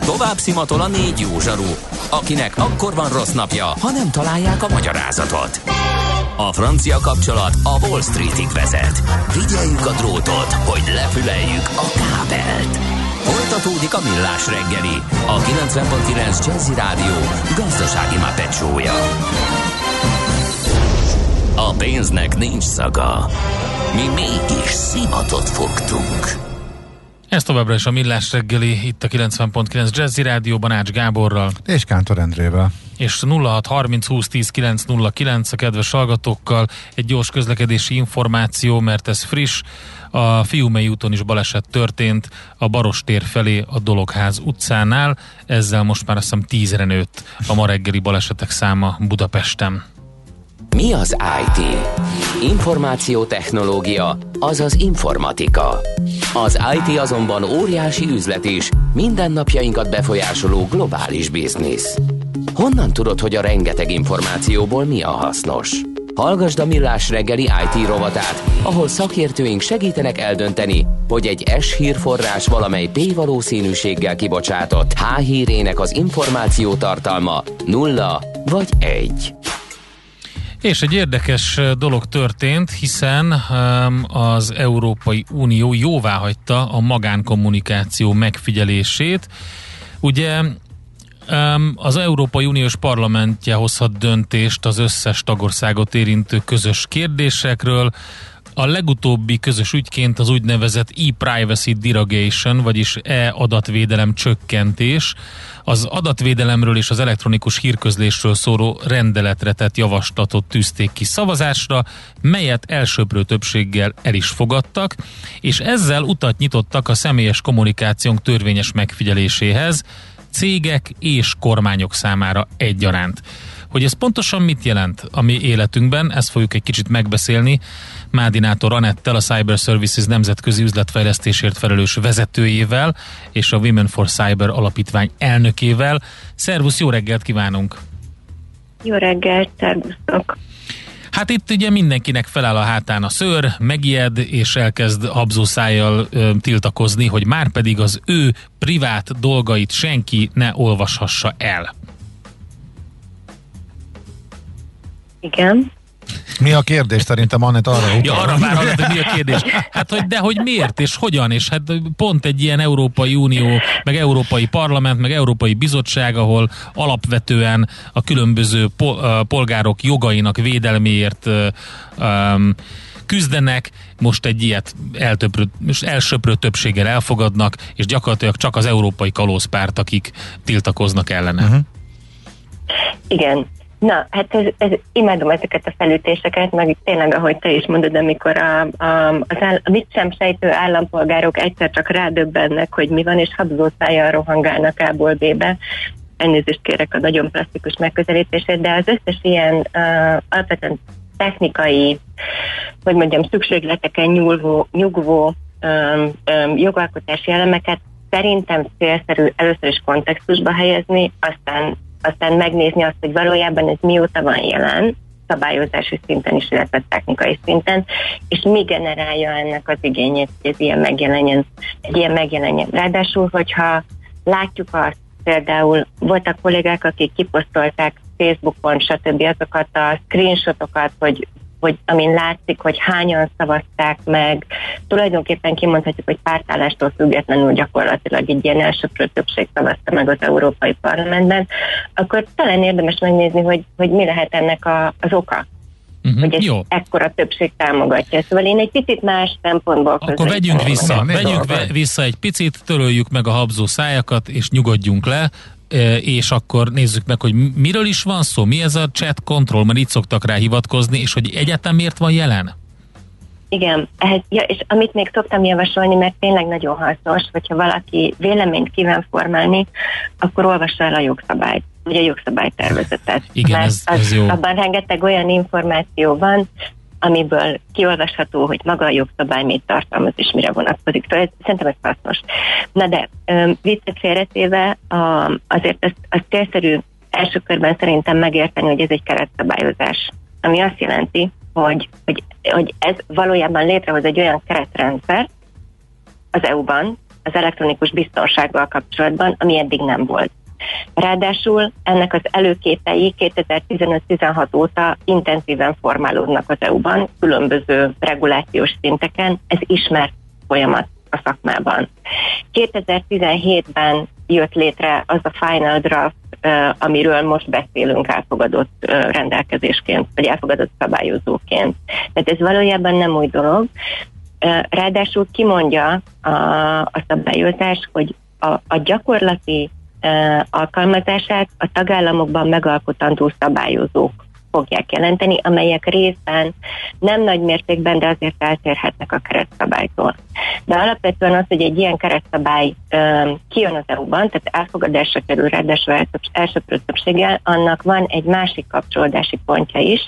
Tovább szimatol a 4 jó zsaru, akinek akkor van rossz napja, ha nem találják a magyarázatot. A francia kapcsolat a Wall Streetig vezet. Figyeljük a drótot, hogy lefüleljük a kábelt. Folytatódik a Millás reggeli, a 90.9 Jazzy Rádió gazdasági mápecsója. A pénznek nincs szaga. Mi mégis szimatot fogtunk. Ez továbbra is a Millás reggeli, itt a 90.9 Jazzy Rádióban Ács Gáborral. És Kántor Endrével. És 0630 20 10 909 a kedves hallgatókkal egy gyors közlekedési információ, mert ez friss. A Fiumei úton is baleset történt a Barostér felé a Dologház utcánál. Ezzel most már azt hiszem 10-re nőtt a ma reggeli balesetek száma Budapesten. Mi az IT? Információtechnológia, azaz informatika. Az IT azonban óriási üzlet is, mindennapjainkat befolyásoló globális biznisz. Honnan tudod, hogy a rengeteg információból mi a hasznos? Hallgasd a Millás reggeli IT rovatát, ahol szakértőink segítenek eldönteni, hogy egy S hírforrás valamely P valószínűséggel kibocsátott H hírének az információ tartalma 0 vagy 1. És egy érdekes dolog történt, hiszen az Európai Unió jóváhagyta a magánkommunikáció megfigyelését. Ugye az Európai Uniós Parlamentje hozhat döntést az összes tagországot érintő közös kérdésekről. A legutóbbi közös ügyként az úgynevezett e-privacy derogation, vagyis e-adatvédelem csökkentés, az adatvédelemről és az elektronikus hírközlésről szóló rendeletre tett javaslatot tűzték ki szavazásra, melyet elsöprő többséggel el is fogadtak, és ezzel utat nyitottak a személyes kommunikációnk törvényes megfigyeléséhez, cégek és kormányok számára egyaránt. Hogy ez pontosan mit jelent a mi életünkben, ezt fogjuk egy kicsit megbeszélni Mádi Nátor Anettel, a Cyber Services nemzetközi üzletfejlesztésért felelős vezetőjével és a Women for Cyber alapítvány elnökével. Szervusz, jó reggelt kívánunk! Jó reggelt, szervusztok! Hát itt ugye mindenkinek feláll a hátán a szőr, megijed és elkezd habzószájjal tiltakozni, hogy márpedig az ő privát dolgait senki ne olvashassa el. Igen. Mi a kérdés szerintem, Annett, arra utal? Ja, arra már hallott, hogy mi a kérdés. Hát, hogy miért és hogyan, és hát pont egy ilyen Európai Unió, meg Európai Parlament, meg Európai Bizottság, ahol alapvetően a különböző polgárok jogainak védelméért küzdenek, most egy ilyet elsöprő többséggel elfogadnak, és gyakorlatilag csak az európai kalózpárt, akik tiltakoznak ellene. Uh-huh. Igen. Na, hát ez imádom ezeket a felütéseket, meg tényleg, ahogy te is mondod, amikor a mit sem sejtő állampolgárok egyszer csak rádöbbennek, hogy mi van, és habzószájjal rohangálnak A-ból B-be. Elnézést kérek a nagyon plastikus megközelítését, de az összes ilyen alapvetően technikai, hogy mondjam, szükségleteken nyugvó jogalkotási elemeket szerintem célszerű először is kontextusba helyezni, aztán megnézni azt, hogy valójában ez mióta van jelen, szabályozási szinten is, illetve technikai szinten, és mi generálja ennek az igényét, hogy ez ilyen megjelenjen. Ráadásul, hogyha látjuk azt, például voltak kollégák, akik kiposztolták Facebookon, stb. Azokat a screenshotokat, hogy amin látszik, hogy hányan szavazták meg, tulajdonképpen kimondhatjuk, hogy pártállástól függetlenül gyakorlatilag egy ilyen elsöprő többség szavazta meg az Európai Parlamentben, akkor talán érdemes megnézni, hogy mi lehet ennek az oka. Hogy ez ekkora többség támogatja. Szóval én egy picit más szempontból akkor vegyünk vissza egy picit, töröljük meg a habzó szájakat, és nyugodjunk le, és akkor nézzük meg, hogy miről is van szó, mi ez a chat control, mert itt szoktak rá hivatkozni, és hogy egyáltalán miért van jelen? Igen, és amit még szoktam javasolni, mert tényleg nagyon hasznos, hogyha valaki véleményt kíván formálni, akkor olvassa el a jogszabályt, vagy a jogszabálytervezetet. Igen, ez jó. Abban rengeteg olyan információ van, amiből kiolvasható, hogy maga a jogszabály mit tartalmaz és mire vonatkozik. Szóval szerintem ez hasznos. Na de viccet félretéve, azért az célszerű első körben szerintem megérteni, hogy ez egy keretszabályozás, ami azt jelenti, hogy ez valójában létrehoz egy olyan keretrendszer az EU-ban, az elektronikus biztonsággal kapcsolatban, ami eddig nem volt. Ráadásul ennek az előképei 2015-16 óta intenzíven formálódnak az EU-ban, különböző regulációs szinteken, ez ismert folyamat a szakmában. 2017-ben jött létre az a final draft, amiről most beszélünk elfogadott rendelkezésként, vagy elfogadott szabályozóként. Tehát ez valójában nem új dolog. Ráadásul kimondja a szabályozás, hogy a gyakorlati alkalmazását a tagállamokban megalkotandó szabályozók fogják jelenteni, amelyek részben nem nagy mértékben, de azért eltérhetnek a keretszabálytól. De alapvetően az, hogy egy ilyen keretszabály kijön az EU-ban, tehát elfogadásra kerül, ráadásul elsőprő többséggel, annak van egy másik kapcsolódási pontja is.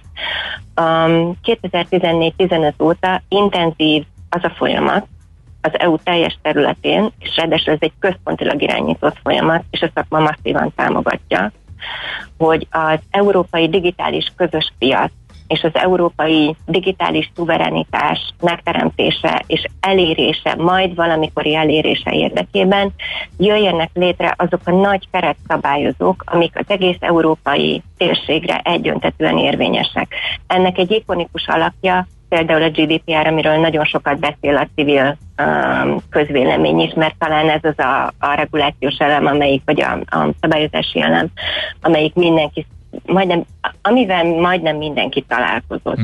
2014-15 óta intenzív az a folyamat az EU teljes területén, és ráadásul ez egy központilag irányított folyamat, és a szakma masszívan támogatja, hogy az európai digitális közös piac és az európai digitális szuverenitás megteremtése és elérése, majd valamikori elérése érdekében jöjjenek létre azok a nagy keretszabályozók, amik az egész európai térségre egyöntetűen érvényesek. Ennek egy ikonikus alakja például a GDPR, amiről nagyon sokat beszél a civil közvélemény is, mert talán ez az a regulációs elem, vagy a szabályozási elem, amelyik amivel majdnem mindenki találkozott.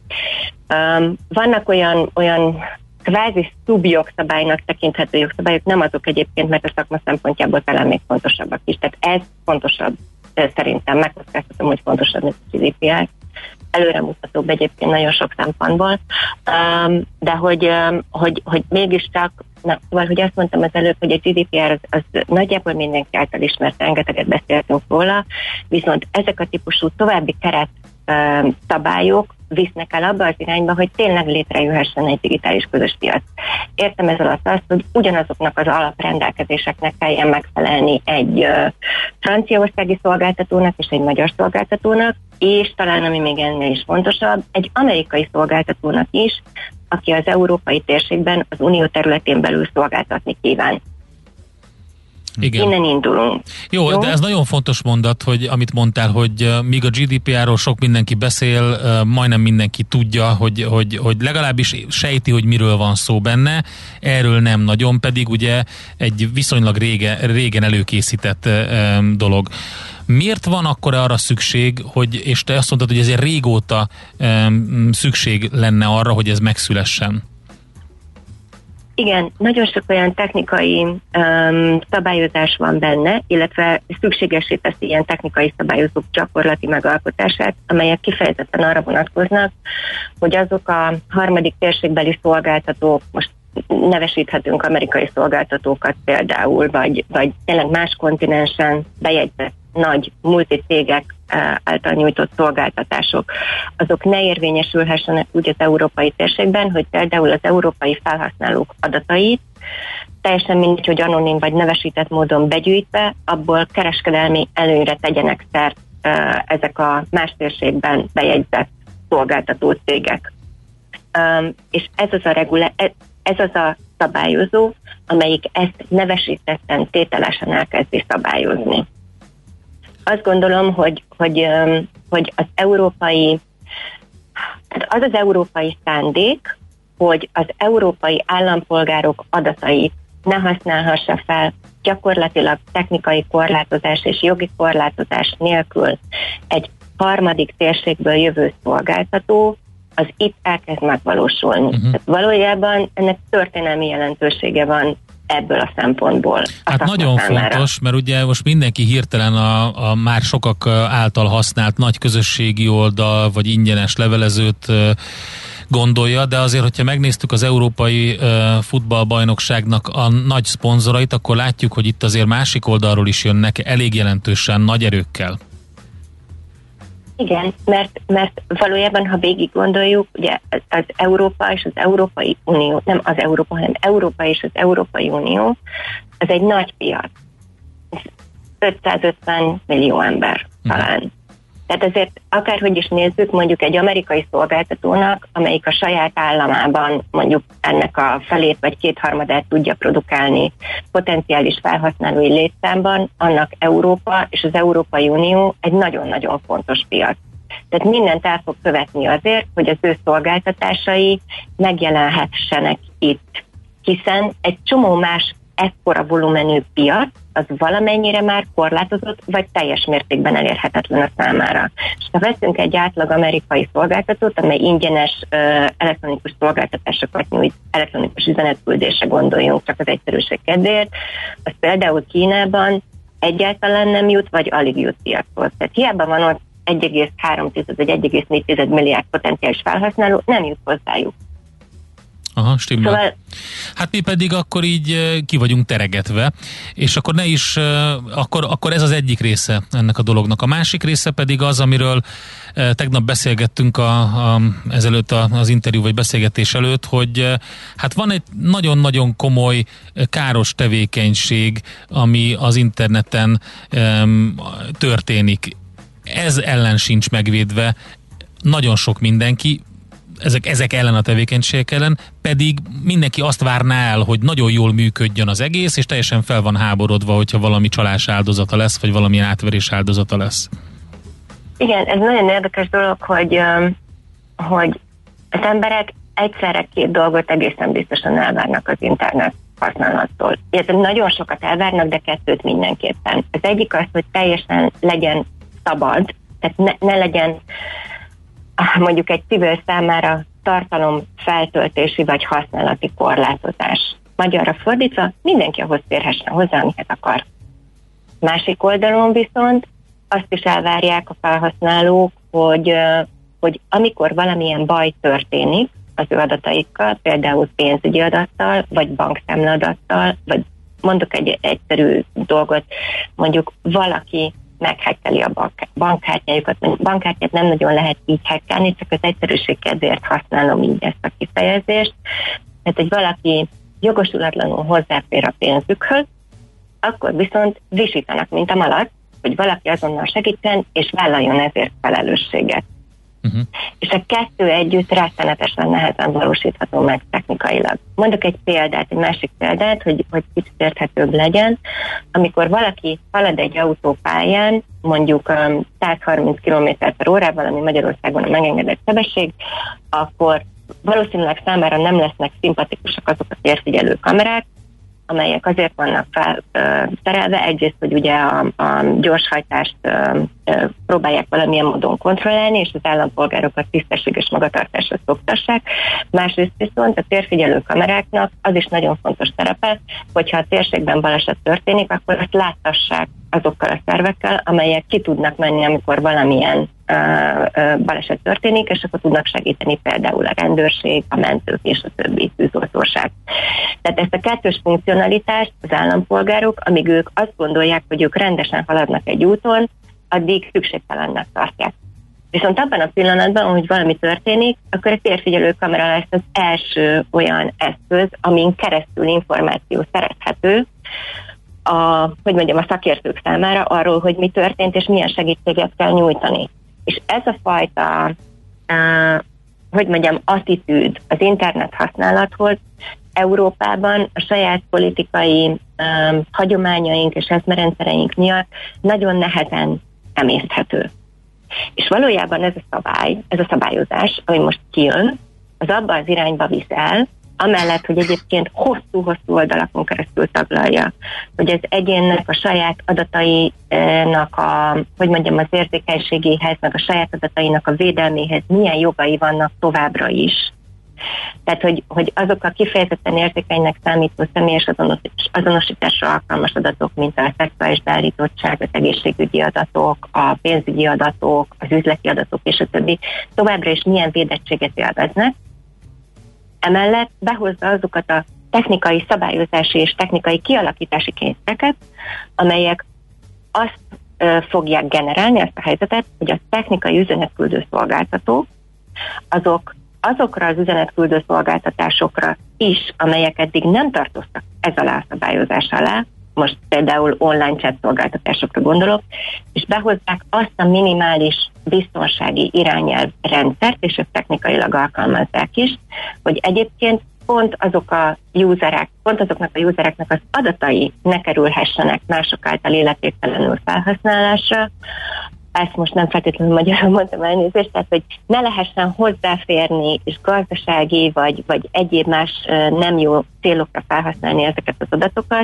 Vannak olyan kvázi szubjogszabálynak tekinthető jogszabályok, nem azok egyébként, mert a szakma szempontjából talán még fontosabbak is. Tehát ez fontosabb, szerintem megkockáztatom, hogy fontosabb, mint a GDPR. Előremutatóbb egyébként nagyon sok szempontból, de hogy mégiscsak, szóval, hogy azt mondtam az előbb, hogy a GDPR az nagyjából mindenki által ismert, rengeteget beszéltünk róla, viszont ezek a típusú további keret szabályok visznek el abba az irányba, hogy tényleg létrejöhessen egy digitális közös piac. Értem ez alatt azt, hogy ugyanazoknak az alaprendelkezéseknek kelljen megfelelni egy franciaországi szolgáltatónak és egy magyar szolgáltatónak, és talán, ami még ennél is fontosabb, egy amerikai szolgáltatónak is, aki az európai térségben, az unió területén belül szolgáltatni kíván. Igen. Innen indulunk. Jó, de ez nagyon fontos mondat, hogy amit mondtál, hogy míg a GDPR-ról sok mindenki beszél, majdnem mindenki tudja, hogy legalábbis sejti, hogy miről van szó benne, erről nem nagyon, pedig ugye egy viszonylag régen előkészített dolog. Miért van akkor arra szükség, és te azt mondtad, hogy ezért régóta szükség lenne arra, hogy ez megszülessen? Igen, nagyon sok olyan technikai szabályozás van benne, illetve szükségessé teszi ilyen technikai szabályozók gyakorlati megalkotását, amelyek kifejezetten arra vonatkoznak, hogy azok a harmadik térségbeli szolgáltatók, most nevesíthetünk amerikai szolgáltatókat például, vagy tényleg más kontinensen bejegyzett nagy multicégek által nyújtott szolgáltatások, azok ne érvényesülhessenek úgy az európai térségben, hogy például az európai felhasználók adatait teljesen mindegy, hogy anonim vagy nevesített módon begyűjtve, abból kereskedelmi előnyre tegyenek szert ezek a más térségben bejegyzett szolgáltató cégek. És ez az a szabályozó, amelyik ezt nevesítetten, tételesen elkezdi szabályozni. Azt gondolom, hogy az európai szándék, hogy az európai állampolgárok adatait ne használhassa fel gyakorlatilag technikai korlátozás és jogi korlátozás nélkül egy harmadik térségből jövő szolgáltató, az itt elkezd megvalósulni. Tehát valójában ennek történelmi jelentősége van ebből a szempontból. Hát nagyon fontos, mert ugye most mindenki hirtelen a már sokak által használt nagy közösségi oldal, vagy ingyenes levelezőt gondolja, de azért, hogyha megnéztük az Európai Futballbajnokságnak a nagy szponzorait, akkor látjuk, hogy itt azért másik oldalról is jönnek elég jelentősen nagy erőkkel. Igen, mert valójában, ha végig gondoljuk, ugye az Európa és az Európai Unió, nem az Európa, hanem Európa és az Európai Unió, az egy nagy piac. 550 millió ember talán. Tehát azért akárhogy is nézzük, mondjuk egy amerikai szolgáltatónak, amelyik a saját államában mondjuk ennek a felét vagy kétharmadát tudja produkálni potenciális felhasználói létszámban, annak Európa és az Európai Unió egy nagyon-nagyon fontos piac. Tehát mindent el fog követni azért, hogy az ő szolgáltatásai megjelenhessenek itt, hiszen egy csomó más ekkora volumenű piac, az valamennyire már korlátozott, vagy teljes mértékben elérhetetlen a számára. És ha veszünk egy átlag amerikai szolgáltatót, amely ingyenes elektronikus szolgáltatásokat nyújt, elektronikus üzenetküldésre gondoljunk csak az egyszerűség kedvéért, az például Kínában egyáltalán nem jut, vagy alig jut piachoz. Tehát hiába van ott 1,3 vagy 1,4 milliárd potenciális felhasználó, nem jut hozzájuk. Aha, stimmel. Szóval, hát mi pedig akkor így ki vagyunk teregetve, és akkor ne is, akkor ez az egyik része ennek a dolognak. A másik része pedig az, amiről tegnap beszélgettünk ezelőtt az interjú vagy beszélgetés előtt, hogy hát van egy nagyon-nagyon komoly káros tevékenység, ami az interneten történik. Ez ellen sincs megvédve nagyon sok mindenki, ezek ellen a tevékenységek ellen, pedig mindenki azt várná el, hogy nagyon jól működjön az egész, és teljesen fel van háborodva, hogyha valami csalás áldozata lesz, vagy valamilyen átverés áldozata lesz. Igen, ez nagyon érdekes dolog, hogy az emberek egyszerre két dolgot egészen biztosan elvárnak az internet használattól. Illetve nagyon sokat elvárnak, de kettőt mindenképpen. Az egyik az, hogy teljesen legyen szabad, tehát ne legyen mondjuk egy civil számára tartalom feltöltési vagy használati korlátozás. Magyarra fordítva, mindenki ahhoz férhessen hozzá, amiket akar. Másik oldalon viszont azt is elvárják a felhasználók, hogy amikor valamilyen baj történik az ő adataikkal, például pénzügyi adattal, vagy bankszámlaadattal, vagy mondok egy egyszerű dolgot, mondjuk valaki meghekeli a bankkártyájukat. Bankkártyát nem nagyon lehet így hekkelni, csak az egyszerűség kedvéért használom így ezt a kifejezést. Tehát, hogy valaki jogosulatlanul hozzáfér a pénzükhöz, akkor viszont visítanak, mint a malac, hogy valaki azonnal segítsen, és vállaljon ezért felelősséget. Uh-huh. És a kettő együtt rettenetesen nehezen valósítható meg technikailag. Mondok egy példát, egy másik példát, hogy kicsit érthetőbb legyen. Amikor valaki halad egy autópályán, mondjuk 130 km/h, ami Magyarországon a megengedett sebesség, akkor valószínűleg számára nem lesznek szimpatikusak azok a térfigyelő kamerák, amelyek azért vannak felszerelve, egyrészt, hogy ugye a gyorshajtást próbálják valamilyen módon kontrollálni, és az állampolgárokat tisztességes magatartásra szoktassák. Másrészt viszont a térfigyelő kameráknak az is nagyon fontos szerepe, hogyha a térségben baleset történik, akkor azt láttassák azokkal a szervekkel, amelyek ki tudnak menni, amikor valamilyen baleset történik, és akkor tudnak segíteni például a rendőrség, a mentők és a többi tűzoltóság. Tehát ezt a kettős funkcionalitást az állampolgárok, amíg ők azt gondolják, hogy ők rendesen haladnak egy úton, addig szükségtelennek tartják. Viszont abban a pillanatban, hogy valami történik, akkor a térfigyelő kamera lesz az első olyan eszköz, amin keresztül információ szerezhető a szakértők számára arról, hogy mi történt, és milyen segítséget kell nyújtani. És ez a fajta, attitűd az internet használathoz Európában a saját politikai hagyományaink és eszmerendszereink miatt nagyon nehezen emészthető. És valójában ez a szabályozás, ami most kijön, az abba az irányba visz el, amellett, hogy egyébként hosszú-hosszú oldalakon keresztül taglalja, hogy az egyénnek a saját adatainak az érzékenységéhez, meg a saját adatainak a védelméhez milyen jogai vannak továbbra is. Tehát, hogy azok a kifejezetten érzékenynek számító személyes azonosításra alkalmas adatok, mint a szexuális beállítottság, az egészségügyi adatok, a pénzügyi adatok, az üzleti adatok és a többi, továbbra is milyen védettséget élveznek. Emellett behozza azokat a technikai szabályozási és technikai kialakítási kényszereket, amelyek azt fogják generálni, azt a helyzetet, hogy a technikai üzenetküldő szolgáltatók azokra az üzenetküldő szolgáltatásokra is, amelyek eddig nem tartoztak ez alá a szabályozás alá, most például online chat szolgáltatásokra gondolok, és behozzák azt a minimális biztonsági irányelv rendszert, és ezt technikailag alkalmazzák is, hogy egyébként pont azoknak a usereknek az adatai ne kerülhessenek mások által illetéktelenül felhasználásra. Ezt most nem feltétlenül magyarul mondtam, elnézést, tehát hogy ne lehessen hozzáférni és gazdasági vagy egyéb más nem jó célokra felhasználni ezeket az adatokat,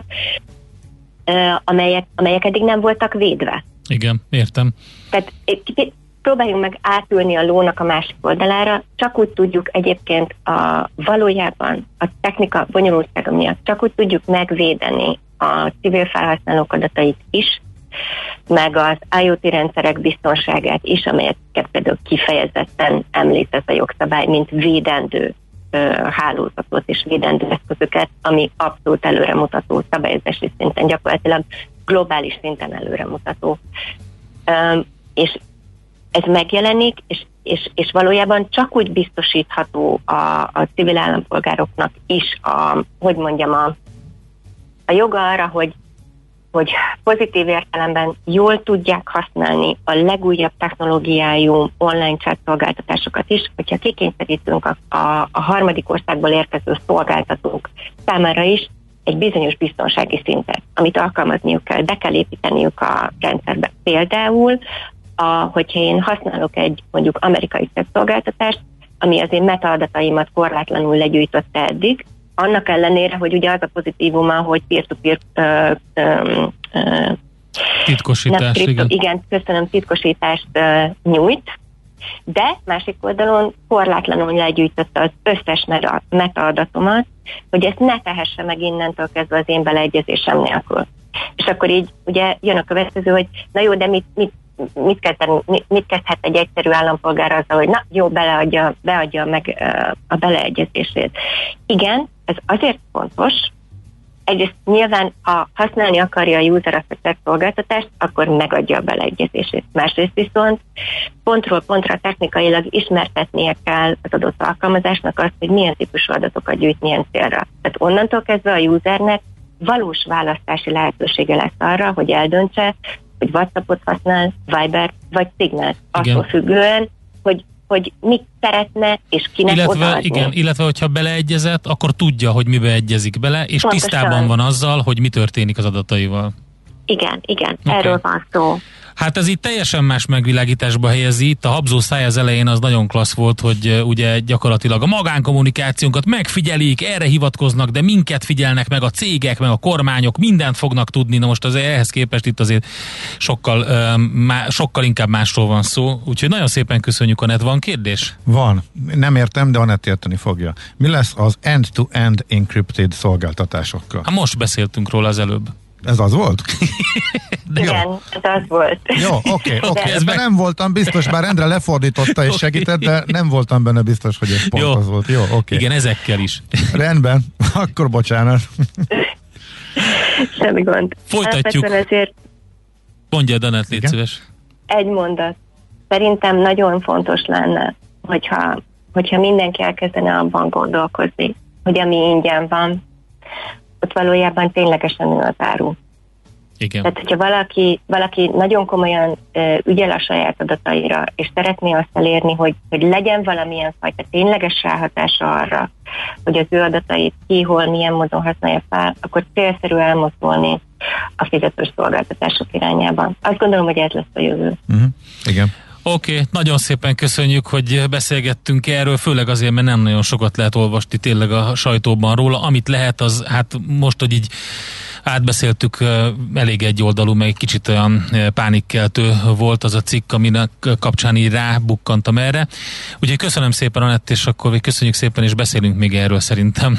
amelyek eddig nem voltak védve. Igen, értem. Tehát próbáljunk meg átülni a lónak a másik oldalára, csak úgy tudjuk egyébként valójában a technika bonyolultsága miatt csak úgy tudjuk megvédeni a civil felhasználók adatait is, meg az IoT rendszerek biztonságát is, amelyeket például kifejezetten említ ez a jogszabály, mint védendő hálózatot és védendő eszközöket, ami abszolút előremutató szabályozási szinten, gyakorlatilag globális szinten előremutató. És ez megjelenik, és valójában csak úgy biztosítható a civil állampolgároknak is a joga arra, hogy pozitív értelemben jól tudják használni a legújabb technológiájú online chat szolgáltatásokat is, hogyha kikényszerítünk a harmadik országból érkező szolgáltatók számára is egy bizonyos biztonsági szintet, amit alkalmazniuk kell, be kell építeniük a rendszerbe. Például, hogyha én használok egy mondjuk amerikai chat szolgáltatást, ami az én metaadataimat korlátlanul legyűjtötte eddig, annak ellenére, hogy ugye az a pozitívuma, hogy peer-to-peer titkosítás, igen, köszönöm, titkosítást nyújt, de másik oldalon korlátlanul legyűjtötte az összes metaadatomat, hogy ezt ne tehesse meg innentől kezdve az én beleegyezésem nélkül. És akkor így ugye jön a következő, hogy na jó, de mit kezdhet egy egyszerű állampolgár azzal, hogy na jó, beadja meg a beleegyezését. Igen, ez azért fontos, egyrészt nyilván, ha használni akarja a user azt a szolgáltatást, akkor megadja a beleegyezését. Másrészt viszont pontról pontra technikailag ismertetnie kell az adott alkalmazásnak azt, hogy milyen típusú adatokat gyűjt milyen célra. Tehát onnantól kezdve a usernek valós választási lehetősége lesz arra, hogy eldöntse, hogy WhatsAppot használ, Viber vagy Signal. Attól függően, hogy mit szeretne, és kinek odaadni. Igen, illetve hogyha beleegyezett, akkor tudja, hogy mibe egyezik bele, és pontosan tisztában van azzal, hogy mi történik az adataival. Igen, erről van szó. Hát ez itt teljesen más megvilágításba helyezi. Itt a habzó száj az elején az nagyon klassz volt, hogy ugye gyakorlatilag a magánkommunikációnkat megfigyelik, erre hivatkoznak, de minket figyelnek meg a cégek, meg a kormányok, mindent fognak tudni. Na most azért ehhez képest itt azért sokkal inkább másról van szó. Úgyhogy nagyon szépen köszönjük, Anett. Van kérdés? Van. Nem értem, de Anett érteni fogja. Mi lesz az end-to-end encrypted szolgáltatásokkal? Hát most beszéltünk róla az előbb. Ez az volt? Igen, ez az volt. Jó, oké. Ebben nem voltam biztos, bár Endre lefordította és segített, de nem voltam benne biztos, hogy ez pont az volt. Jó, oké. Igen, ezekkel is. Rendben, akkor bocsánat. Semmi gond. Folytatjuk. Mondja, Anett, légy szíves. Egy mondat. Szerintem nagyon fontos lenne, hogyha mindenki elkezdene abban gondolkozni, hogy ami ingyen van, ott valójában ténylegesen ő az áru. Igen. Tehát, hogyha valaki nagyon komolyan ügyel a saját adataira, és szeretné azt elérni, hogy legyen valamilyen fajta tényleges ráhatása arra, hogy az ő adatait ki, hol, milyen módon használja fel, akkor célszerű elmozdulni a fizetős szolgáltatások irányában. Azt gondolom, hogy ez lesz a jövő. Igen. Oké, nagyon szépen köszönjük, hogy beszélgettünk erről, főleg azért, mert nem nagyon sokat lehet olvasni tényleg a sajtóban róla. Amit lehet, az hát most, hogy így átbeszéltük, elég egyoldalú, meg egy kicsit olyan pánikkeltő volt az a cikk, aminek kapcsán így rábukkantam erre. Úgyhogy köszönöm szépen, Anett, és akkor köszönjük szépen, és beszélünk még erről szerintem.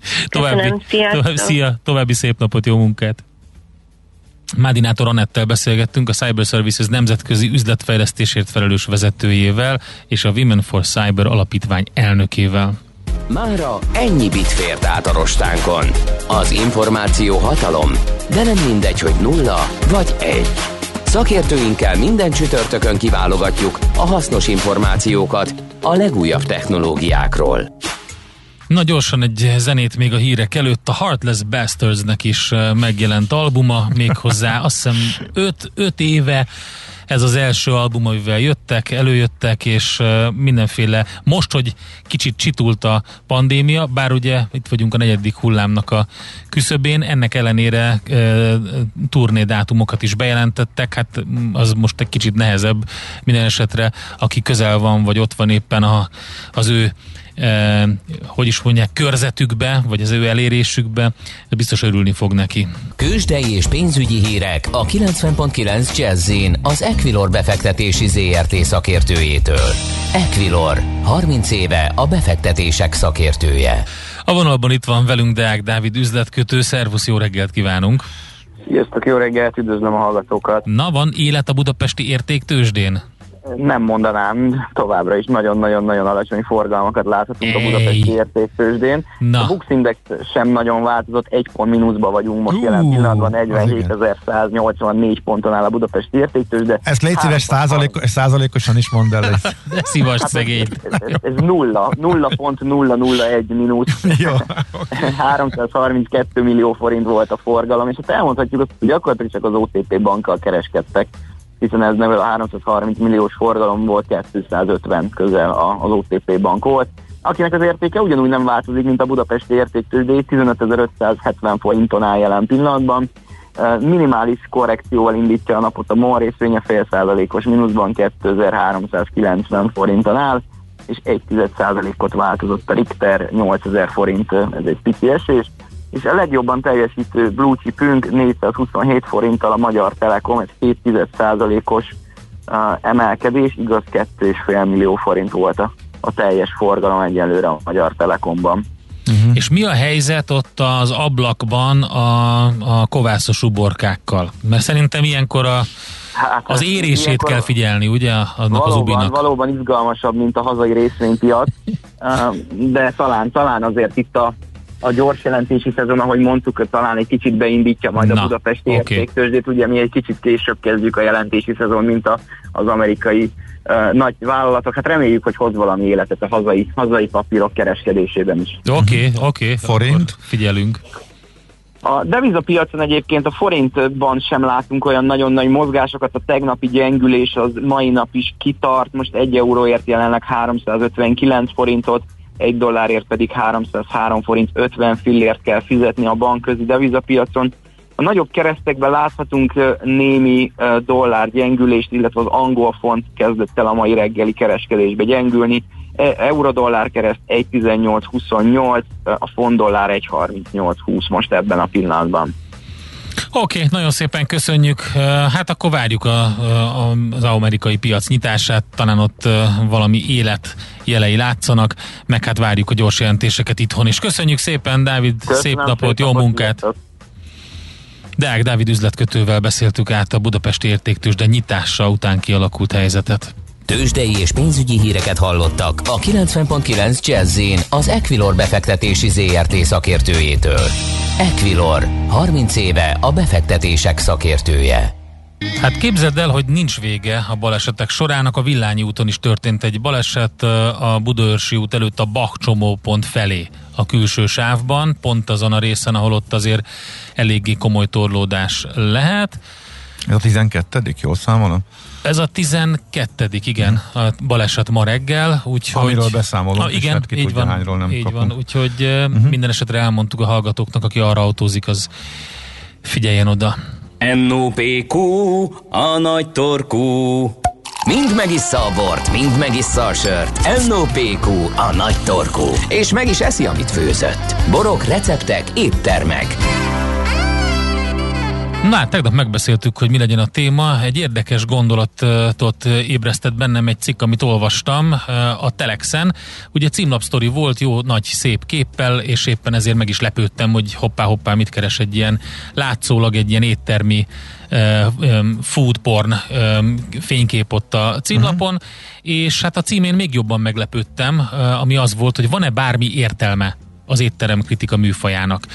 További szép napot, jó munkát! Mádinátor Anettel beszélgettünk, a Cyber Services nemzetközi üzletfejlesztésért felelős vezetőjével és a Women for Cyber alapítvány elnökével. Mára ennyi bit fért át a rostánkon. Az információ hatalom, de nem mindegy, hogy 0 vagy 1. Szakértőinkkel minden csütörtökön kiválogatjuk a hasznos információkat a legújabb technológiákról. Na gyorsan egy zenét még a hírek előtt. A Heartless Bastardsnek is megjelent albuma, méghozzá azt hiszem 5 éve. Ez az első album, amivel előjöttek, és mindenféle, most, hogy kicsit csitult a pandémia, bár ugye itt vagyunk a 4. hullámnak a küszöbén, ennek ellenére turnédátumokat is bejelentettek, hát az most egy kicsit nehezebb minden esetre, aki közel van, vagy ott van éppen az ő hogy is mondják, körzetükbe, vagy az ő elérésükbe, biztos örülni fog neki. Kősdei és pénzügyi hírek a 90.9 Jazz-in az Equilor befektetési ZRT szakértőjétől. Equilor, 30 éve a befektetések szakértője. A vonalban itt van velünk Deák Dávid üzletkötő. Szervusz, jó reggelt kívánunk! Sziasztok, jó reggelt, üdvözlöm a hallgatókat! Na, van élet a budapesti értéktőzsdén? Nem mondanám, továbbra is nagyon-nagyon-nagyon alacsony forgalmakat láthatunk a budapesti értéktőzsdén. A Bux Index sem nagyon változott, 1 pont mínuszba vagyunk, most jelen pillanatban 47.184 ponton áll a budapesti értéktőzsde. Ezt légy szíves százalékosan is mondd el. De szívas szegény. Ez 0.001 mínusz. 332 millió forint volt a forgalom, és hát elmondhatjuk, hogy gyakorlatilag csak az OTP bankkal kereskedtek, hiszen ez neve a 330 milliós forgalom volt, 250 közel az OTP bank volt, akinek az értéke ugyanúgy nem változik, mint a budapesti értéktőzsdé, 15.570 forinton áll jelen pillanatban. Minimális korrekcióval indítja a napot a MOL részvénye, fél százalékos mínuszban 2390 forinton áll, és 1,1%-ot változott a Richter, 8000 forint, ez egy pici esés. És a legjobban teljesítő blue chipünk 427 forinttal a Magyar Telekom, ez 0,7%-os emelkedés, igaz 2,5 millió forint volt a teljes forgalom egyelőre a Magyar Telekomban. És mi a helyzet ott az ablakban a kovászos uborkákkal? Mert szerintem ilyenkor az érését kell figyelni, ugye, annak az ubinak. Valóban izgalmasabb, mint a hazai részvénypiac, de talán azért itt a gyors jelentési szezon, ahogy mondtuk, talán egy kicsit beindítja majd a budapesti értéktőzsdét. Ugye mi egy kicsit később kezdjük a jelentési szezon, mint az amerikai nagy vállalatok. Hát reméljük, hogy hoz valami életet a hazai papírok kereskedésében is. Oké. Forint? Figyelünk. A devizapiacon egyébként a forintban sem látunk olyan nagyon nagy mozgásokat, a tegnapi gyengülés az mai nap is kitart, most 1 euróért jelenleg 359 forintot, 1 dollárért pedig 303 forint 50 fillért kell fizetni a bankközi devizapiacon. A nagyobb keresztekben láthatunk némi dollár gyengülést, illetve az angol font kezdett el a mai reggeli kereskedésbe gyengülni. Euró-dollár kereszt 1,1828, a font-dollár 1,3820 most ebben a pillanatban. Oké, nagyon szépen köszönjük. Hát akkor várjuk az amerikai piac nyitását, talán ott valami élet jelei látszanak, meg hát várjuk a gyors jelentéseket itthon is. Köszönjük szépen, Dávid, szép napot, jó munkát! Deák Dávid üzletkötővel beszéltük át a budapesti értéktőzsde nyitása után kialakult helyzetet. Tőzsdei és pénzügyi híreket hallottak a 90.9 Jazz-in az Equilor befektetési ZRT szakértőjétől. Equilor, 30 éve a befektetések szakértője. Hát képzeld el, hogy nincs vége a balesetek sorának. A Villányi úton is történt egy baleset a Budaörsi út előtt a Bach csomópont felé a külső sávban, pont azon a részen, ahol ott azért eléggé komoly torlódás lehet. Ez a 12., jól számolom? Ez a 12., igen, a baleset ma reggel, úgyhogy... Amiről beszámolunk, igen, hát ki tudja, hányról nem kapunk. Van, úgyhogy minden esetre elmondtuk a hallgatóknak, aki arra autózik, az figyeljen oda. NOPQ, a nagy torkú. Mind megissza a bort, mind megissza a sört. NOPQ, a nagy torkú. És meg is eszi, amit főzött. Borok, receptek, éttermek. Na, tegnap megbeszéltük, hogy mi legyen a téma. Egy érdekes gondolatot ébresztett bennem egy cikk, amit olvastam a Telexen. Ugye címlapsztori volt, jó, nagy, szép képpel, és éppen ezért meg is lepődtem, hogy hoppá, mit keres egy ilyen látszólag egy ilyen éttermi food porn fénykép ott a címlapon, és hát a címén még jobban meglepődtem, ami az volt, hogy van-e bármi értelme az étteremkritika műfajának.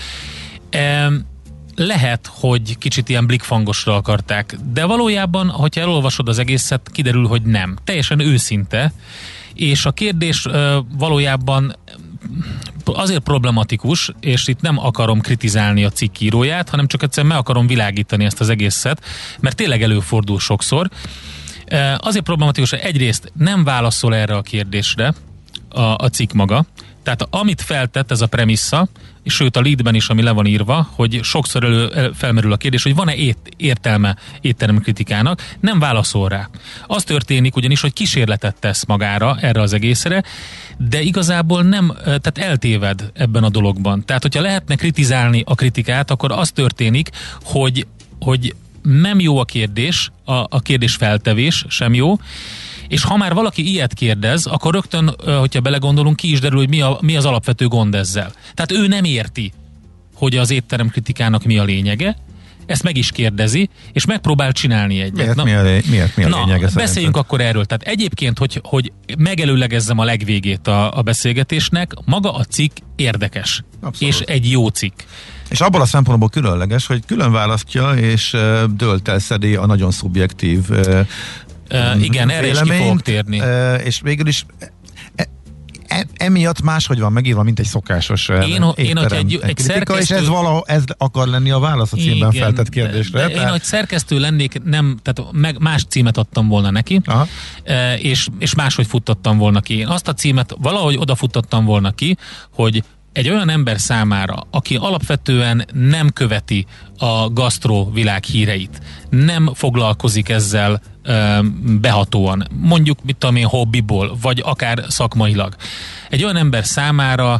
Lehet, hogy kicsit ilyen blikfangosra akarták, de valójában, hogyha elolvasod az egészet, kiderül, hogy nem. Teljesen őszinte, és a kérdés valójában azért problematikus, és itt nem akarom kritizálni a cikk íróját, hanem csak egyszerűen meg akarom világítani ezt az egészet, mert tényleg előfordul sokszor. Azért problematikus, hogy egyrészt nem válaszol erre a kérdésre a cikk maga, tehát amit feltett ez a premissza, és sőt a leadben is, ami le van írva, hogy sokszor felmerül a kérdés, hogy van-e értelme étteremkritikának, nem válaszol rá. Az történik ugyanis, hogy kísérletet tesz magára erre az egészre, de igazából nem, tehát eltéved ebben a dologban. Tehát, hogyha lehetne kritizálni a kritikát, akkor az történik, hogy nem jó a kérdés, a kérdés feltevés sem jó, és ha már valaki ilyet kérdez, akkor rögtön, hogyha belegondolunk, ki is derül, hogy mi az alapvető gond ezzel. Tehát ő nem érti, hogy az étteremkritikának mi a lényege, ezt meg is kérdezi, és megpróbál csinálni egyet. Miért mi a lényege? Beszéljünk akkor erről. Tehát egyébként, hogy megelőlegezzem a legvégét a beszélgetésnek, maga a cikk érdekes. Abszolút. És egy jó cikk. És abból a szempontból különleges, hogy külön választja, és döltelszedi a nagyon szubjektív igen, erre is ki fogok térni. És végül is emiatt máshogy van megírva, mint egy szokásos én egy kritika, és ez akar lenni a válasz a címben feltett kérdésre. Én, hogy szerkesztő lennék, tehát más címet adtam volna neki, és máshogy futtattam volna ki. Én azt a címet valahogy odafuttattam volna ki, hogy egy olyan ember számára, aki alapvetően nem követi a gasztró világ híreit, nem foglalkozik ezzel behatóan, mondjuk mit tudom én, hobbiból, vagy akár szakmailag. Egy olyan ember számára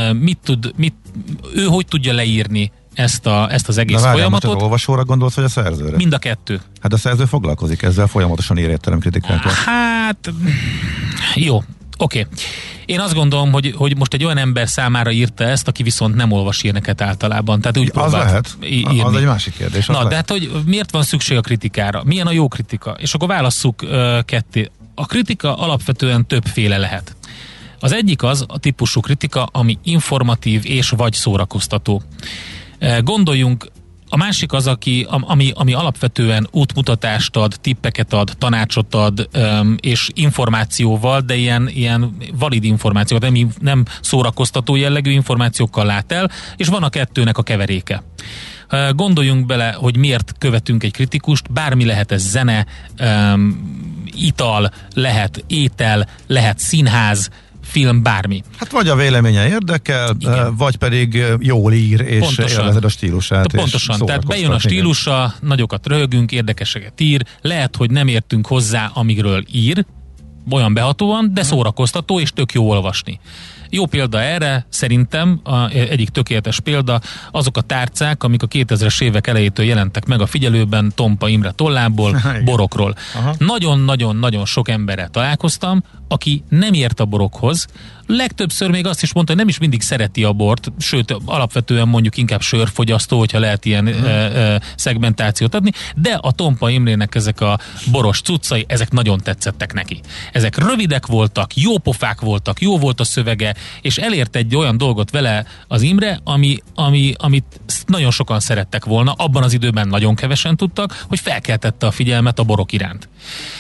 ő hogy tudja leírni ezt az egész folyamatot? Most az olvasóra gondolsz, vagy a szerzőre? Mind a kettő. Hát a szerző foglalkozik ezzel, folyamatosan ír étteremkritikákat. Hát, jó. Oké. Én azt gondolom, hogy most egy olyan ember számára írta ezt, aki viszont nem olvas hírneket általában. Tehát úgy az lehet. Írni. Az egy másik kérdés. De hát, hogy miért van szükség a kritikára? Milyen a jó kritika? És akkor válasszuk ketté. A kritika alapvetően többféle lehet. Az egyik az a típusú kritika, ami informatív és vagy szórakoztató. Gondoljunk, a másik az, ami alapvetően útmutatást ad, tippeket ad, tanácsot ad, és információval, de ilyen valid információkat, nem szórakoztató jellegű információkkal lát el, és van a kettőnek a keveréke. Gondoljunk bele, hogy miért követünk egy kritikust, bármi lehet ez zene, ital, lehet étel, lehet színház, film, bármi. Hát vagy a véleménye érdekel, vagy pedig jól ír, és élvezed a stílusát. Pontosan, tehát bejön a stílusa, nagyokat röhögünk, érdekeseket ír, lehet, hogy nem értünk hozzá, amiről ír, olyan behatóan, de szórakoztató, és tök jó olvasni. Jó példa erre, szerintem egyik tökéletes példa, azok a tárcák, amik a 2000-es évek elejétől jelentek meg a Figyelőben Tompa Imre tollából, borokról. Nagyon-nagyon-nagyon sok emberrel találkoztam, aki nem ért a borokhoz, legtöbbször még azt is mondta, hogy nem is mindig szereti a bort, sőt, alapvetően mondjuk inkább sörfogyasztó, hogyha lehet ilyen szegmentációt adni, de a Tompa Imrének ezek a boros cuccai, ezek nagyon tetszettek neki. Ezek rövidek voltak, jópofák voltak, jó volt a szövege, és elért egy olyan dolgot vele az Imre, amit nagyon sokan szerettek volna, abban az időben nagyon kevesen tudtak, hogy felkeltette a figyelmet a borok iránt.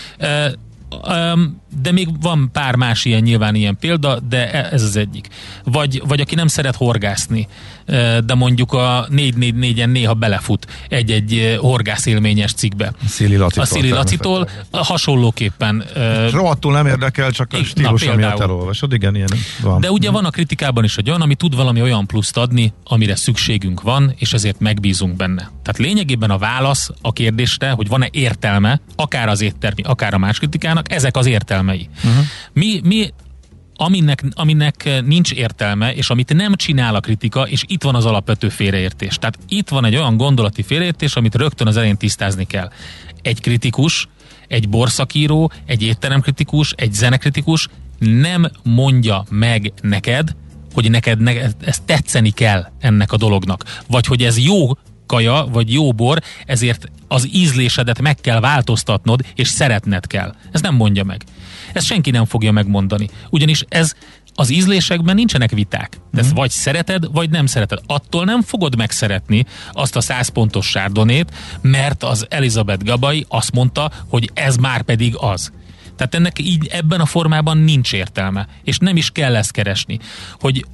De még van pár más nyilván ilyen példa, de ez az egyik. Vagy aki nem szeret horgászni, de mondjuk a 444-en néha belefut egy horgászélményes cikkbe. A Szili Lacitól hasonlóképpen. Rohadtul nem érdekel, csak a stílusa miatt elolvasod. Igen, ilyen van. De ugye van a kritikában is egy olyan, ami tud valami olyan pluszt adni, amire szükségünk van, és ezért megbízunk benne. Tehát lényegében a válasz a kérdésre, hogy van-e értelme, akár az éttermi, akár a más kritikának, ezek az értelmei. Mi aminek nincs értelme, és amit nem csinál a kritika, és itt van az alapvető félreértés. Tehát itt van egy olyan gondolati félreértés, amit rögtön az elején tisztázni kell. Egy kritikus, egy borszakíró, egy étteremkritikus, egy zenekritikus nem mondja meg neked, hogy neked ezt tetszeni kell ennek a dolognak. Vagy hogy ez jó kaja, vagy jó bor, ezért az ízlésedet meg kell változtatnod, és szeretned kell. Ez nem mondja meg. Ezt senki nem fogja megmondani. Ugyanis az ízlésekben nincsenek viták. De ezt vagy szereted, vagy nem szereted. Attól nem fogod megszeretni azt a 100 pontos sárdonét, mert az Elizabeth Gabai azt mondta, hogy ez már pedig az. Tehát ennek így ebben a formában nincs értelme. És nem is kell ezt keresni. Hogy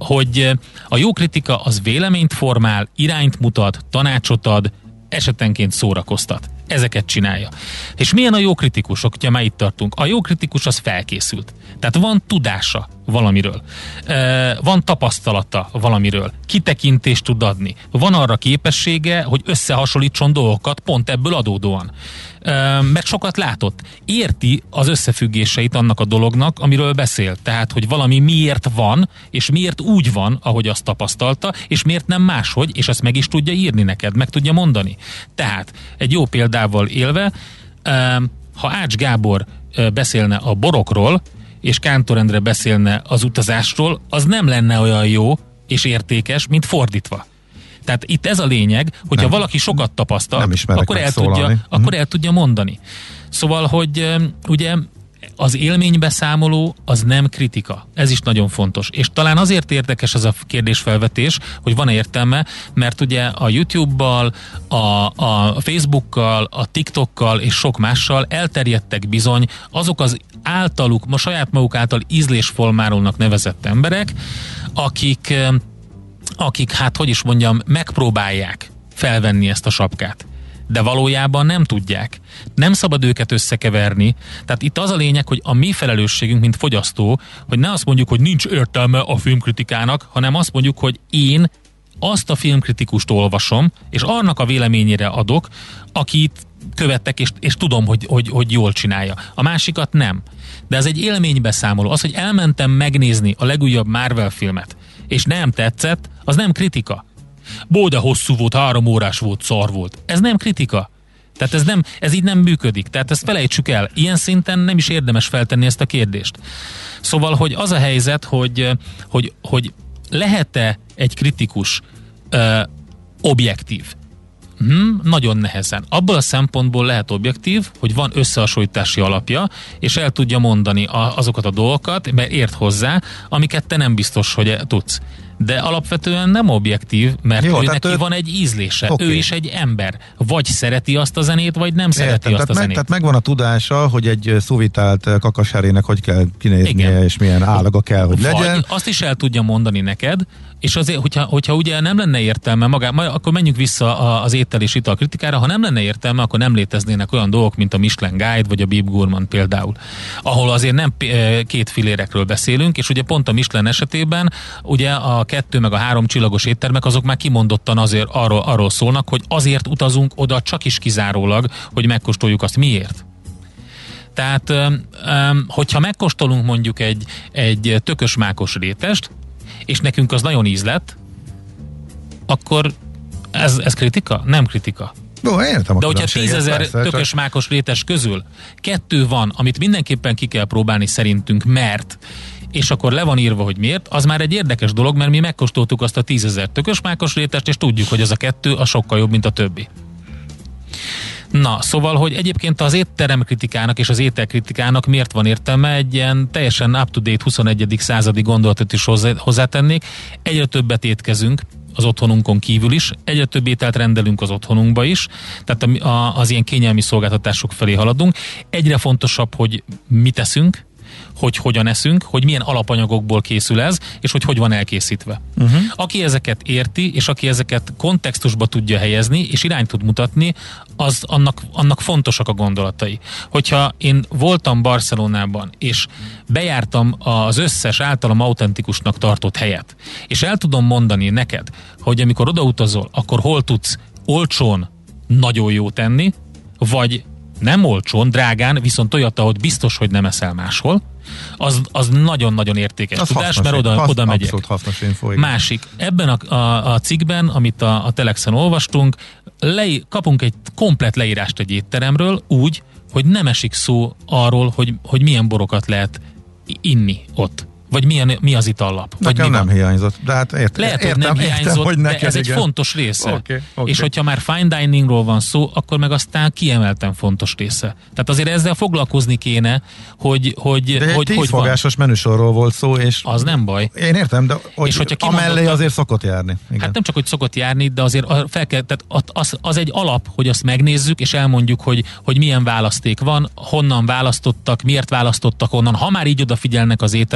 hogy a jó kritika az véleményt formál, irányt mutat, tanácsot ad, esetenként szórakoztat. Ezeket csinálja. És milyen a jó kritikusok, hogyha már itt tartunk? A jó kritikus az felkészült. Tehát van tudása valamiről. Van tapasztalata valamiről. Kitekintést tud adni. Van arra képessége, hogy összehasonlítson dolgokat pont ebből adódóan. Meg sokat látott. Érti az összefüggéseit annak a dolognak, amiről beszél. Tehát, hogy valami miért van, és miért úgy van, ahogy azt tapasztalta, és miért nem máshogy, és ezt meg is tudja írni neked, meg tudja mondani. Tehát, egy jó példával élve, ha Ács Gábor beszélne a borokról, és Kántor Endre beszélne az utazásról, az nem lenne olyan jó és értékes, mint fordítva. Tehát itt ez a lényeg, hogyha valaki sokat tapasztalt, akkor el tudja mondani. Szóval, hogy ugye az élménybeszámoló az nem kritika. Ez is nagyon fontos. És talán azért érdekes ez a kérdésfelvetés, hogy van értelme, mert ugye a YouTube-bal, a Facebookkal, a TikTokkal és sok mással elterjedtek bizony azok az általuk, ma saját maguk által ízlésformálónak nevezett emberek, akik, hát hogy is mondjam, megpróbálják felvenni ezt a sapkát. De valójában nem tudják. Nem szabad őket összekeverni. Tehát itt az a lényeg, hogy a mi felelősségünk, mint fogyasztó, hogy ne azt mondjuk, hogy nincs értelme a filmkritikának, hanem azt mondjuk, hogy én azt a filmkritikust olvasom, és annak a véleményére adok, akit követek, és tudom, hogy jól csinálja. A másikat nem. De ez egy élménybeszámoló. Az, hogy elmentem megnézni a legújabb Marvel filmet, és nem tetszett, az nem kritika. De hosszú volt, 3 órás volt, szar volt. Ez nem kritika. Tehát ez így nem működik. Tehát ezt felejtsük el. Ilyen szinten nem is érdemes feltenni ezt a kérdést. Szóval, hogy az a helyzet, hogy lehet-e egy kritikus objektív? Nagyon nehezen. Abból a szempontból lehet objektív, hogy van összehasonlítási alapja, és el tudja mondani azokat a dolgokat, mert ért hozzá, amiket te nem biztos, hogy tudsz. De alapvetően nem objektív, mert neki van egy ízlése. Okay. Ő is egy ember. Vagy szereti azt a zenét, vagy nem szereti azt a zenét. Tehát megvan a tudása, hogy egy szuvitált kakasherének hogy kell kinéznie, és milyen állaga kell, hogy legyen. Vagy azt is el tudja mondani neked, és azért, hogyha ugye nem lenne értelme akkor menjünk vissza az étel és ital kritikára, ha nem lenne értelme, akkor nem léteznének olyan dolgok, mint a Michelin Guide, vagy a Bib Gourmand például. Ahol azért nem 2 filérekről beszélünk, és ugye pont a Michelin esetében ugye a 2 meg a 3 csillagos éttermek azok már kimondottan azért arról szólnak, hogy azért utazunk oda csak is kizárólag, hogy megkóstoljuk azt. Miért? Tehát, hogyha megkóstolunk mondjuk egy tökös-mákos rétest, és nekünk az nagyon íz lett, akkor ez kritika? Nem kritika. Értem, de hogyha 10 000 tökös-mákos rétes közül 2 van, amit mindenképpen ki kell próbálni szerintünk, mert, és akkor le van írva, hogy miért, az már egy érdekes dolog, mert mi megkóstoltuk azt a 10 000 tökös-mákos rétest, és tudjuk, hogy az a 2 a sokkal jobb, mint a többi. Na, szóval, hogy egyébként az étteremkritikának és az ételkritikának miért van értelme, egy ilyen teljesen up-to-date 21. századi gondolatot is hozzátennék. Egyre többet étkezünk az otthonunkon kívül is, egyre több ételt rendelünk az otthonunkba is, tehát az ilyen kényelmi szolgáltatások felé haladunk. Egyre fontosabb, hogy mit eszünk, hogy hogyan eszünk, hogy milyen alapanyagokból készül ez, és hogy van elkészítve. Aki ezeket érti, és aki ezeket kontextusba tudja helyezni, és irányt tud mutatni, annak fontosak a gondolatai. Hogyha én voltam Barcelonában, és bejártam az összes általam autentikusnak tartott helyet, és el tudom mondani neked, hogy amikor odautazol, akkor hol tudsz olcsón nagyon jó tenni, vagy nem olcsón, drágán, viszont olyat, ahogy biztos, hogy nem eszel máshol, az nagyon-nagyon értékes az tudás, mert oda megyek. Abszolút hasznos info. Másik, ebben a cikkben, amit a Telexen olvastunk, kapunk egy komplett leírást egy étteremről úgy, hogy nem esik szó arról, hogy milyen borokat lehet inni ott. Vagy mi az itallap. Nekem nem hiányzott. De hát lehet, hogy nem hiányzott, de ez egy fontos része. Okay. És hogyha már fine diningról van szó, akkor meg aztán kiemelten fontos része. Tehát azért ezzel foglalkozni kéne, hogy de egy 10 fogásos menüsorról volt szó, és az nem baj. Én értem, de hogy amellé azért szokott járni. Igen. Hát nem csak, hogy szokott járni, de azért tehát az egy alap, hogy azt megnézzük, és elmondjuk, hogy milyen választék van, honnan választottak, miért választottak onnan. Ha már így odafigyelnek az ételekre,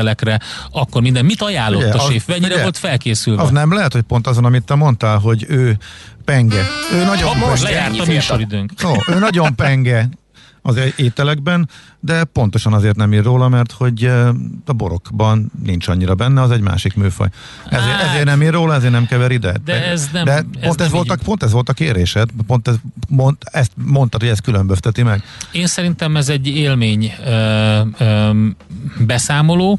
akkor minden. Mit ajánlott a séf? Mennyire volt felkészülve? Az nem lehet, hogy pont azon, amit te mondtál, hogy ő penge. Ő nagyon most lejárt a műsoridőnk. Ő nagyon penge az ételekben, de pontosan azért nem ír róla, mert hogy a borokban nincs annyira benne, az egy másik műfaj. Ezért nem ír róla, ezért nem kever ide. De pont ez volt a kérésed, ezt mondtad, hogy ez különbözteti meg. Én szerintem ez egy élmény beszámoló,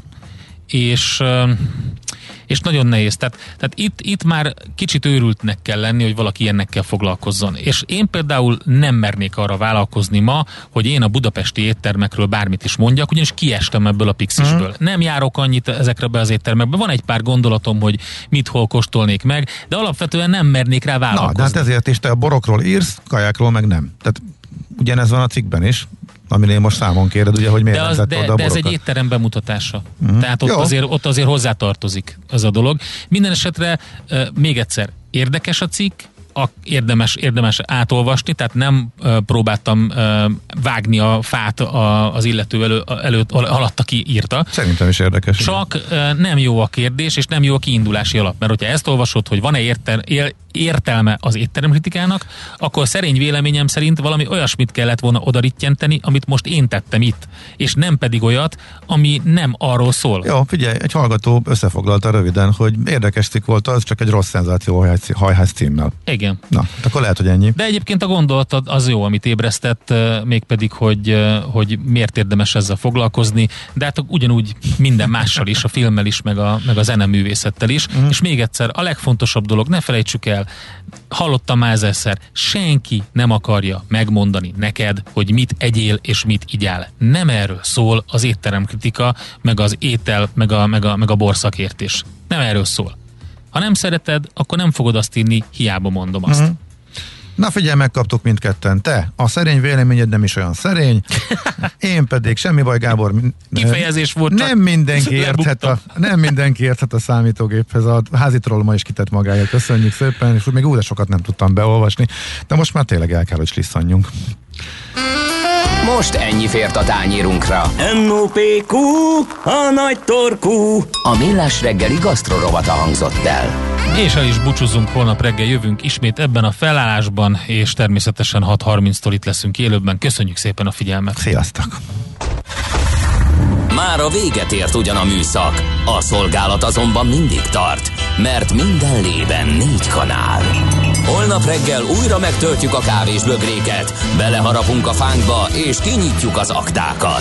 és nagyon nehéz. Tehát itt már kicsit őrültnek kell lenni, hogy valaki ilyennek kell foglalkozzon. És én például nem mernék arra vállalkozni ma, hogy én a budapesti éttermekről bármit is mondjak, ugyanis kiestem ebből a pixisből. Nem járok annyit ezekre be az éttermekbe. Van egy pár gondolatom, hogy mit hol kóstolnék meg, de alapvetően nem mernék rá vállalkozni. Na, de hát ezért is te a borokról írsz, kajákról meg nem. Tehát ugyanez van a cikkben is, aminél most számon kéred, ugye, hogy miért nem tett oda a borokat. De ez egy étterem bemutatása. Tehát ott azért hozzátartozik ez a dolog. Minden esetre még egyszer, érdekes a cikk, érdemes átolvasni, tehát nem próbáltam vágni a fát az illető alatt, aki írta. Szerintem is érdekes. Csak nem jó a kérdés, és nem jó a kiindulási alap, mert hogyha ezt olvasod, hogy van-e értelme az étteremkritikának, akkor szerény véleményem szerint valami olyasmit kellett volna odarittyenteni, amit most én tettem itt, és nem pedig olyat, ami nem arról szól. Jó, figyelj, egy hallgató összefoglalta röviden, hogy érdekes cikk volt az, csak egy rossz szenzáció hajház címmel. Igen. Na, akkor lehet, hogy ennyi. De egyébként a gondolat az jó, amit ébresztett, mégpedig, hogy miért érdemes ezzel foglalkozni, de hát ugyanúgy minden mással is, a filmmel is, meg a zeneművészettel is. És még egyszer, a legfontosabb dolog, ne felejtsük el, hallottam már ezerszer, senki nem akarja megmondani neked, hogy mit egyél és mit igyál. Nem erről szól az étteremkritika, meg az étel, meg a borszakértés. Nem erről szól. Ha nem szereted, akkor nem fogod azt írni, hiába mondom azt. Na figyelj, megkaptuk mindketten. Te, a szerény véleményed nem is olyan szerény, én pedig, semmi baj, Gábor. Kifejezés volt, nem mindenki érthet a számítógéphez. A házi troll ma is kitett magáért. Köszönjük szépen, és még úgy sokat nem tudtam beolvasni, de most már tényleg el kell, hogy slisszanjunk. Most ennyi fért a tányérunkra. NOPQ, a nagy torkú. A Millás reggeli gasztrorovata hangzott el. És el is búcsúzunk, holnap reggel jövünk ismét ebben a felállásban, és természetesen 6:30-tól itt leszünk élőben. Köszönjük szépen a figyelmet. Sziasztok! Már a véget ért ugyan a műszak, a szolgálat azonban mindig tart, mert minden lében 4 kanál. Holnap reggel újra megtöltjük a kávésbögréket, beleharapunk a fánkba és kinyitjuk az aktákat.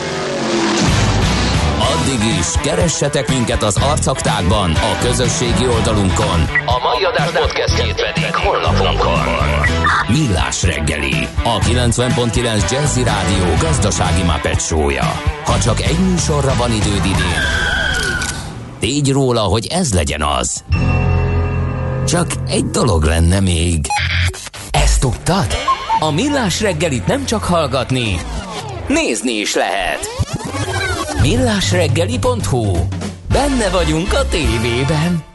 Addig is keressetek minket az arcaktákban, a közösségi oldalunkon. A mai adás podcastjét pedig honlapunkon. Millás reggeli, a 90.9 Jazzy Rádió gazdasági Muppet show-ja. Ha csak egy műsorra van időd idén, tégy róla, hogy ez legyen az. Csak egy dolog lenne még. Ezt tudtad? A Millás reggelit nem csak hallgatni, nézni is lehet. millásreggeli.hu. Benne vagyunk a tévében.